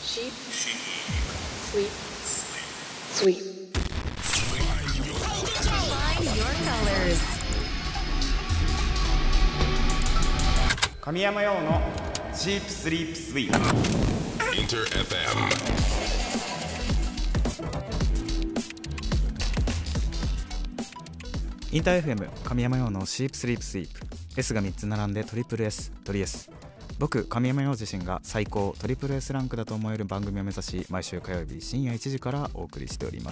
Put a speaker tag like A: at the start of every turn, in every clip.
A: Sheep. Sleep. Sweep.
B: Find your colors.
C: 神山用のシープスリープスイープ。
D: インター FM。
C: インター FM 神山用のシープスリープスイープ。 S が3つ並んでトリプル S トリ S。 僕神山用自身が最高トリプル S ランクだと思える番組を目指し、毎週火曜日深夜1時からお送りしております。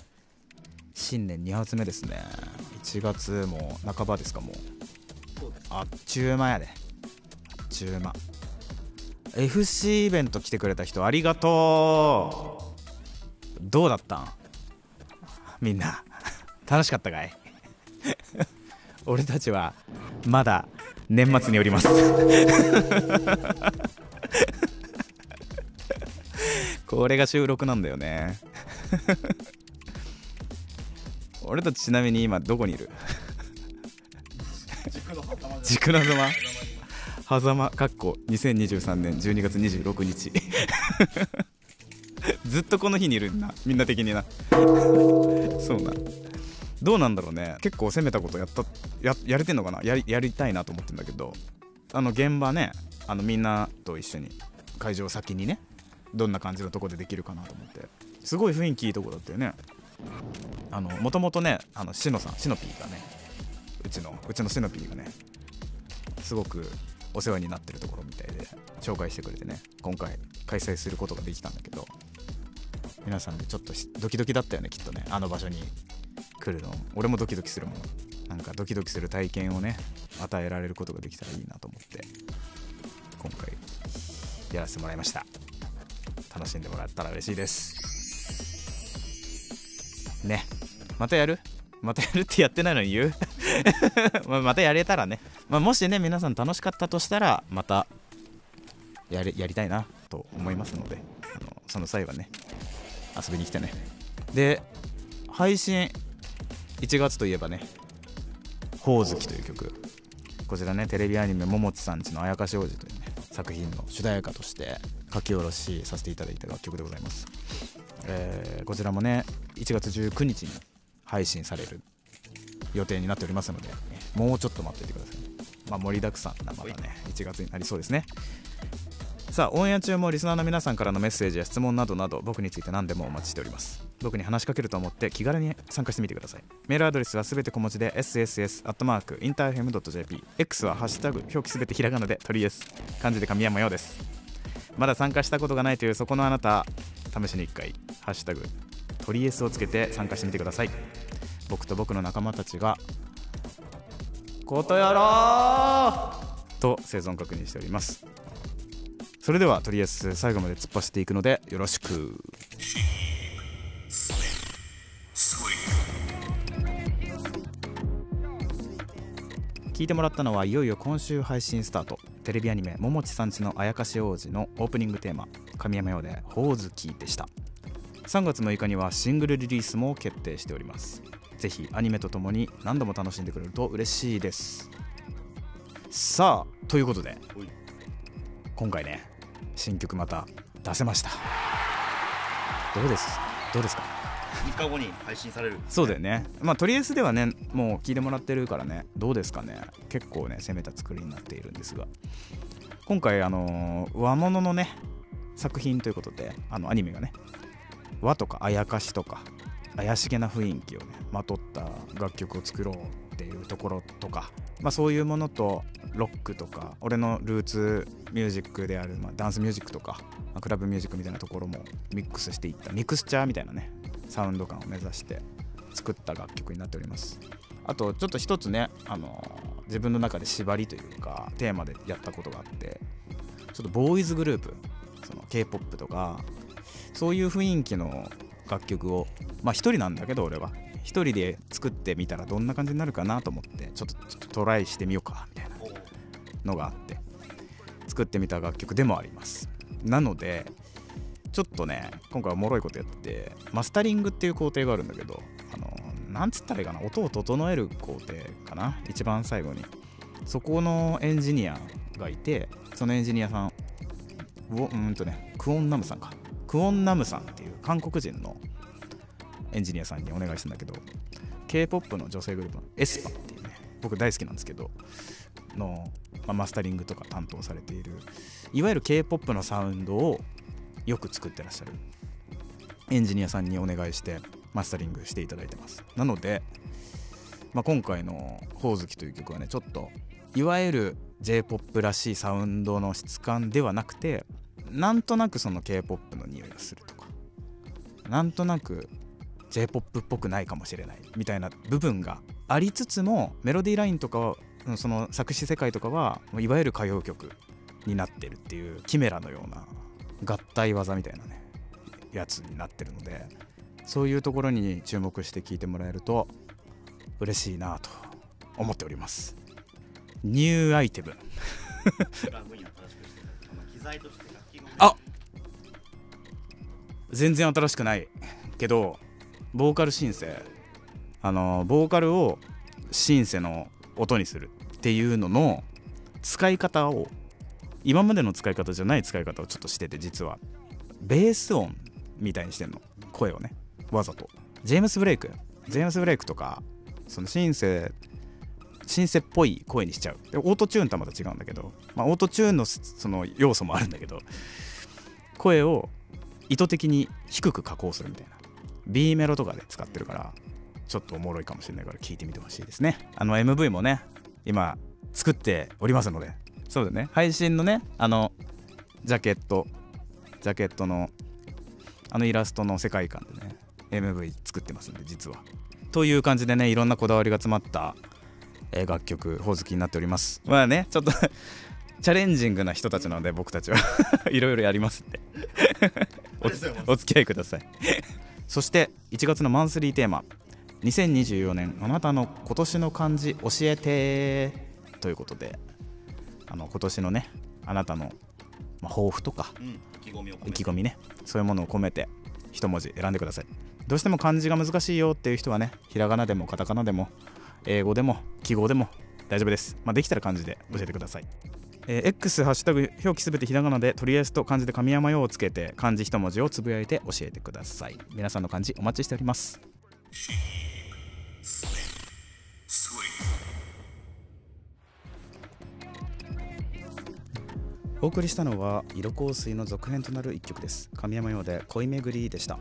C: 新年2発目ですね。1月も半ばですか。もうあっちゅう間やで。あっちゅう間。 FC イベント来てくれた人ありがとう。どうだったんみんな。楽しかったかい？俺たちはまだ年末におります。これが収録なんだよね。俺たちちなみに今どこにいる？軸の狭間かっこ2023年12月26日。ずっとこの日にいるんだみんな的にな。そうな。どうなんだろうね。結構攻めたことやれてんのかな。やりたいなと思ってんだけど、現場ね、みんなと一緒に会場先にね、どんな感じのとこでできるかなと思って。すごい雰囲気いいとこだったよね。もともとね、シノピーがね、うちのシノピーがね、すごくお世話になってるところみたいで紹介してくれてね、今回開催することができたんだけど、皆さんでちょっとドキドキだったよね、きっとね。あの場所に来るの俺もドキドキするもん。なんかドキドキする体験をね与えられることができたらいいなと思って今回やらせてもらいました。楽しんでもらったら嬉しいですね。またやるってやってないのに言う。またやれたらね、もしね皆さん楽しかったとしたらまたやりたいなと思いますので、その際はね遊びに来てね。で、配信1月といえばね、ほおずきという曲、こちらねテレビアニメももちさんちのあやかし王子というね作品の主題歌として書き下ろしさせていただいた楽曲でございます。こちらもね1月19日に配信される予定になっておりますので、もうちょっと待っていてください。盛りだくさんなまだね1月になりそうですね。さあ、オンエア中もリスナーの皆さんからのメッセージや質問などなど僕について何でもお待ちしております。僕に話しかけると思って気軽に参加してみてください。メールアドレスはすべて小文字で sss@interfm.jp。 X はハッシュタグ表記すべてひらがなで鳥です。漢字で神山ようです。まだ参加したことがないというそこのあなた、試しに1回ハッシュタグ鳥 S をつけて参加してみてください。僕と僕の仲間たちがことやろうと生存確認しております。それではとりあえず最後まで突っ走っていくのでよろしく。聞いてもらったのはいよいよ今週配信スタート、テレビアニメももちさんちのあやかし王子のオープニングテーマ神山用でほおずきでした。3月6日にはシングルリリースも決定しております。ぜひアニメとともに何度も楽しんでくれると嬉しいです。さあ、ということで今回ね新曲また出せました。どうですか
E: 3日後に配信される、
C: そうだよね。とりあえずではねもう聞いてもらってるからね、どうですかね。結構ね攻めた作りになっているんですが、今回和物のね作品ということでアニメがね和とかあやかしとか怪しげな雰囲気をねまとった楽曲を作ろうっていうところとか、そういうものとロックとか俺のルーツミュージックである、ダンスミュージックとか、クラブミュージックみたいなところもミックスしていったミクスチャーみたいなねサウンド感を目指して作った楽曲になっております。あとちょっと一つね自分の中で縛りというかテーマでやったことがあって、ちょっとボーイズグループ、その K-POP とかそういう雰囲気の楽曲を一人なんだけど俺は一人で作ってみたらどんな感じになるかなと思ってちょっとトライしてみようかみたいなのがあって作ってみた楽曲でもあります。なのでちょっとね今回おもろいことやってマスタリングっていう工程があるんだけど、なんつったらいいかな、音を整える工程かな、一番最後にそこのエンジニアがいて、そのエンジニアさんをクオンナムさんかクオンナムさんっていう韓国人のエンジニアさんにお願いしたんだけど、 K-POP の女性グループのエスパっていうね、僕大好きなんですけどの、マスタリングとか担当されている、いわゆる K-POP のサウンドをよく作ってらっしゃるエンジニアさんにお願いしてマスタリングしていただいてます。なので、今回のほおずきという曲はね、ちょっといわゆる J-POP らしいサウンドの質感ではなくて、なんとなくその K-POP の匂いがするとか、なんとなく J-POP っぽくないかもしれないみたいな部分がありつつも、メロディーラインとかはその作詞世界とかはいわゆる歌謡曲になってるっていうキメラのような合体技みたいなねやつになってるので、そういうところに注目して聴いてもらえると嬉しいなと思っております。ニューアイテムあ、全然新しくないけど、ボーカルシンセ、ボーカルをシンセの音にするっていうのの使い方を、今までの使い方じゃない使い方をちょっとしてて、実はベース音みたいにしてんの、声をね、わざと。ジェームス・ブレイクとか、そのシンセっぽい声にしちゃう。でオートチューンとはまた違うんだけど、オートチューンのその要素もあるんだけど、声を意図的に低く加工するみたいな B メロとかで使ってるから、ちょっとおもろいかもしれないから聞いてみてほしいですね。MV もね今作っておりますので、そうだね、配信のねジャケットのイラストの世界観でね MV 作ってますんで、実はという感じでね、いろんなこだわりが詰まった楽曲、ほおずきになっております。ちょっとチャレンジングな人たちなので、僕たちはいろいろやりますってお付き合いくださいそして1月のマンスリーテーマ、2024年あなたの今年の漢字教えてということで、今年のねあなたの、抱負とか、意気込みね、そういうものを込めて一文字選んでください。どうしても漢字が難しいよっていう人はね、ひらがなでもカタカナでも英語でも記号でも大丈夫です。できたら漢字で教えてください。X ハッシュタグ表記すべてひらがなでとりあえずと漢字で神山用をつけて漢字一文字をつぶやいて教えてください。皆さんの漢字お待ちしております。お送りしたのは色香水の続編となる一曲です。神山用で恋めぐりでした。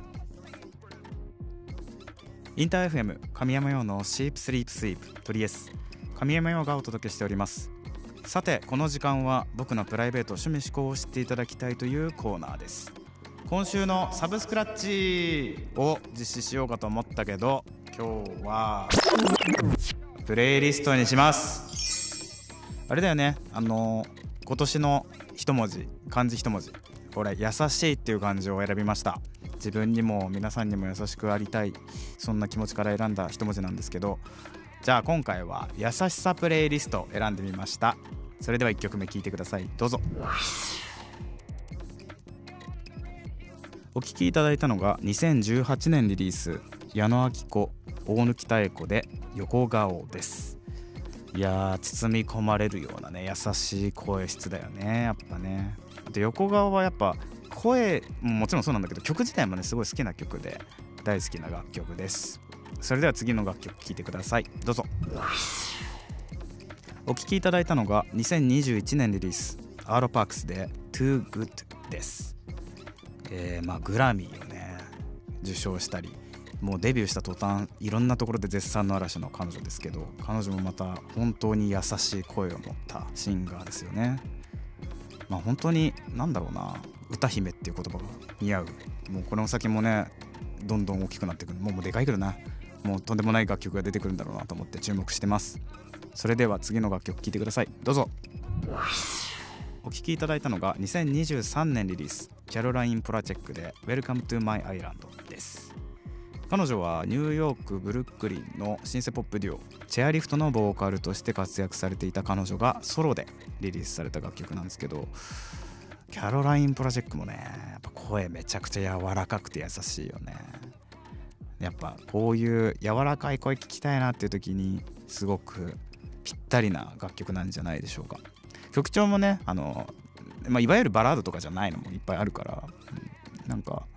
C: インター FM 神山用のシープスリープスイープトリエス、神山用がお届けしております。さてこの時間は僕のプライベート趣味思考を知っていただきたいというコーナーです。今週のサブスクラッチを実施しようかと思ったけど、今日はプレイリストにします。あれだよね、今年の一文字、漢字一文字、これ優しいっていう漢字を選びました。自分にも皆さんにも優しくありたい、そんな気持ちから選んだ一文字なんですけど、じゃあ今回は優しさプレイリスト選んでみました。それでは1曲目聴いてください、どうぞ。お聴きいただいたのが2018年リリース、矢野顕子大貫妙子で横顔です。いやー、包み込まれるようなね優しい声質だよね、やっぱね。あと横顔はやっぱ声ももちろんそうなんだけど、曲自体もねすごい好きな曲で大好きな楽曲です。それでは次の楽曲聴いてください、どうぞ。お聴きいただいたのが2021年リリース、アーロパークスで Too Good です。グラミーをね受賞したり、もうデビューした途端いろんなところで絶賛の嵐の彼女ですけど、彼女もまた本当に優しい声を持ったシンガーですよね。本当になんだろうな、歌姫っていう言葉が似合う。もうこの先もねどんどん大きくなってくる、もうでかいけどな、もうとんでもない楽曲が出てくるんだろうなと思って注目してます。それでは次の楽曲聴いてください、どうぞ。お聴きいただいたのが2023年リリース、キャロライン・プラチェックで Welcome to My Island です。彼女はニューヨークブルックリンのシンセポップデュオチェアリフトのボーカルとして活躍されていた彼女がソロでリリースされた楽曲なんですけど、キャロライン・プラチェックもねやっぱ声めちゃくちゃ柔らかくて優しいよね。やっぱこういう柔らかい声聞きたいなっていう時にすごくぴったりな楽曲なんじゃないでしょうか。曲調もねいわゆるバラードとかじゃないのもいっぱいあるから、なんか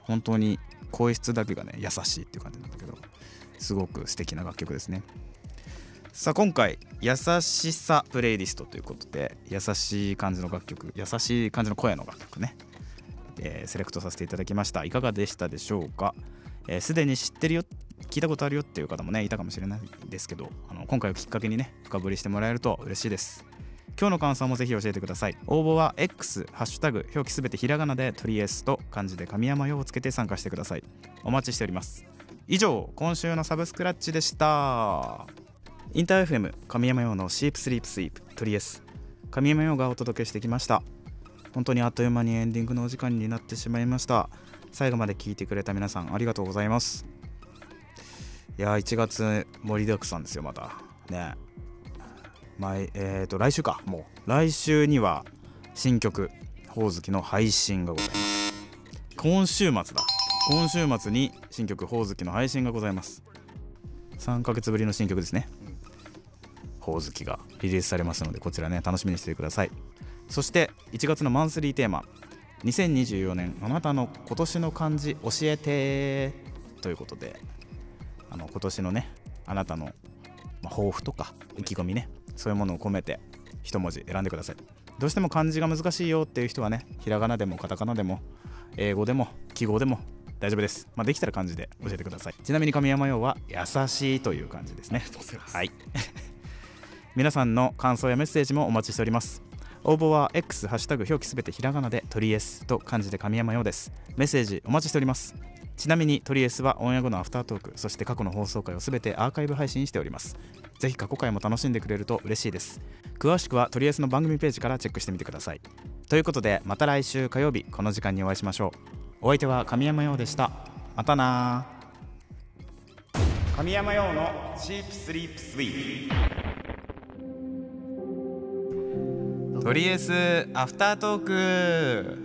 C: 本当に声質だけがね優しいっていう感じなんだけど、すごく素敵な楽曲ですね。さあ今回優しさプレイリストということで、優しい感じの楽曲、優しい感じの声の楽曲ね、セレクトさせていただきました。いかがでしたでしょうか。すでに知ってるよ、聞いたことあるよっていう方もねいたかもしれないですけど、今回をきっかけにね深掘りしてもらえると嬉しいです。今日の感想もぜひ教えてください。応募は X、ハッシュタグ表記すべてひらがなでトリエスと漢字で神山用をつけて参加してください。お待ちしております。以上、今週のサブスクラッチでした。インター FM 神山用のシープスリープスイープトリエス、神山用がお届けしてきました。本当にあっという間にエンディングのお時間になってしまいました。最後まで聞いてくれた皆さんありがとうございます。いや1月盛りだくさんですよ。またね、来週か、もう来週には新曲ほおずきの配信がございます。今週末に新曲ほおずきの配信がございます。3ヶ月ぶりの新曲ですね。ほおずきがリリースされますので、こちらね楽しみにしててください。そして1月のマンスリーテーマ、2024年あなたの今年の漢字教えてということで、今年のねあなたの抱負とか意気込みね、そういうものを込めて一文字選んでください。どうしても漢字が難しいよっていう人はね、ひらがなでもカタカナでも英語でも記号でも大丈夫です。できたら漢字で教えてください。ちなみに神山用は優しいという漢字ですね。はい皆さんの感想やメッセージもお待ちしております。応募は X、ハッシュタグ表記すべてひらがなでトリエスと漢字で神山用です。メッセージお待ちしております。ちなみにトリエスはオンエア後のアフタートーク、そして過去の放送回をすべてアーカイブ配信しております。ぜひ過去回も楽しんでくれると嬉しいです。詳しくはトリエスの番組ページからチェックしてみてください。ということで、また来週火曜日この時間にお会いしましょう。お相手は神山用でした。またな。神山用のチープスリープスイートトリエスアフタートーク。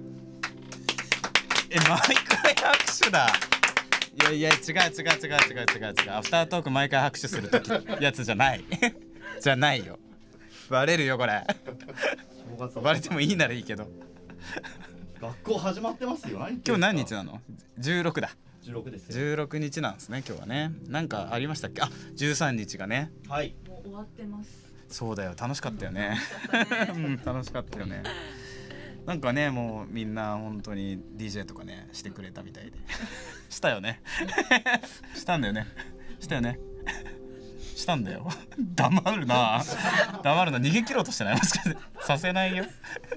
C: 毎回拍手だ。いや違う。アフタートーク毎回拍手するときやつじゃないじゃないよ。バレるよこれバレてもいいならいいけど
E: 学校始まってますよ。
C: 今日何日なの？16だ。
E: 16です。
C: 16日なんですね今日はね。なんかありましたっけ？13日がね。
E: はい。
A: もう終わってます。
C: そうだよ、楽しかったよね楽しかったよね。なんかね、もうみんな本当に DJ とかねしてくれたみたいでしたよねしたんだよね。したよね。したんだよ黙るな逃げ切ろうとしてない？もしかしてさせないよ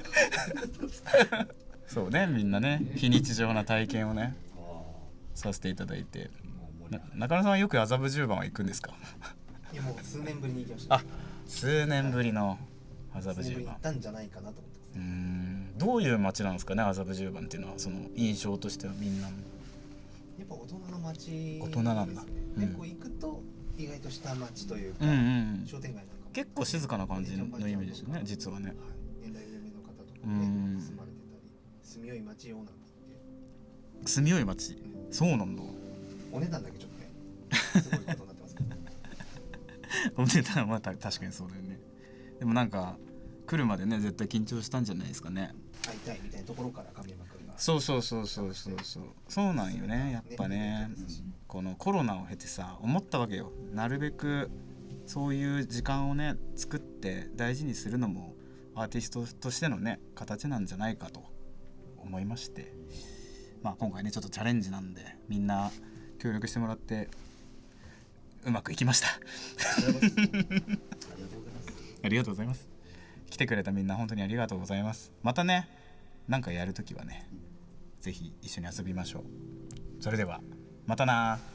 C: そうね、みんなね非日常な体験をねさせていただいて。中野さんはよく麻布十番は行くんですか？
F: いやもう数年ぶりに行きました。
C: あ、数年ぶりの麻布十番。
F: 行ったんじゃないかなと思ってます。
C: どういう街なんですかね、麻布十番っていうのは。その印象としてはみんなや
F: っぱ大人の街ですね。
C: 大人なんだ。
F: でこう行くと意外と下町というか、商店街なんかも
C: 結構静かな感じのイメージですよね、実はね。
F: 年代上の方とかね住まれてたり、住みよい街よなんて言って。
C: 住みよい街、そうなんだ。
F: お値段だけちょっとねすごいことになってますけど
C: お値段は確かにそうだよね。でもなんか来るまでね絶対緊張したんじゃないですかね。
F: 会いたいみたいなところから神山君が。
C: そうそうなんよね。やっぱね、このコロナを経てさ思ったわけよ。なるべくそういう時間をね作って大事にするのもアーティストとしてのね形なんじゃないかと思いまして、今回ねちょっとチャレンジなんでみんな協力してもらってうまくいきましたありがとうございます。来てくれたみんな本当にありがとうございます。またねなんかやるときはねぜひ一緒に遊びましょう。それではまたな。